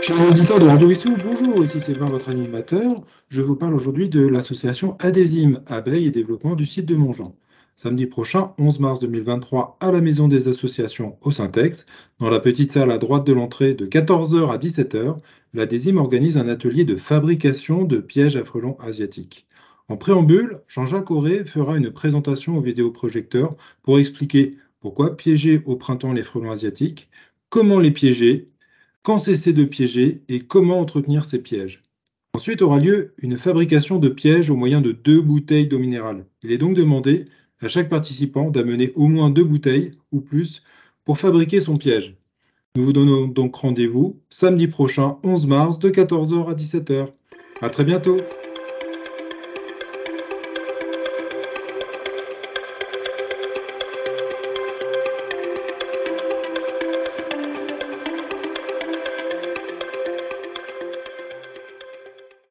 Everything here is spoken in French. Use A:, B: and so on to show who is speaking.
A: Chers auditeurs de Radio Wissou, bonjour, ici Sylvain, votre animateur. Je vous parle aujourd'hui de l'association Adésime, Abeilles et Développement du site de Montjean. Samedi prochain, 11 mars 2023, à la Maison des Associations au Syntex, dans la petite salle à droite de l'entrée de 14 heures à 17 heures, l'Adésime organise un atelier de fabrication de pièges à frelons asiatiques. En préambule, Jean-Jacques Auré fera une présentation au vidéoprojecteur pour expliquer pourquoi piéger au printemps les frelons asiatiques, comment les piéger, quand cesser de piéger et comment entretenir ces pièges. Ensuite aura lieu une fabrication de pièges au moyen de 2 bouteilles d'eau minérale. Il est donc demandé à chaque participant d'amener au moins 2 bouteilles ou plus pour fabriquer son piège. Nous vous donnons donc rendez-vous samedi prochain, 11 mars, de 14 heures à 17 heures. À très bientôt!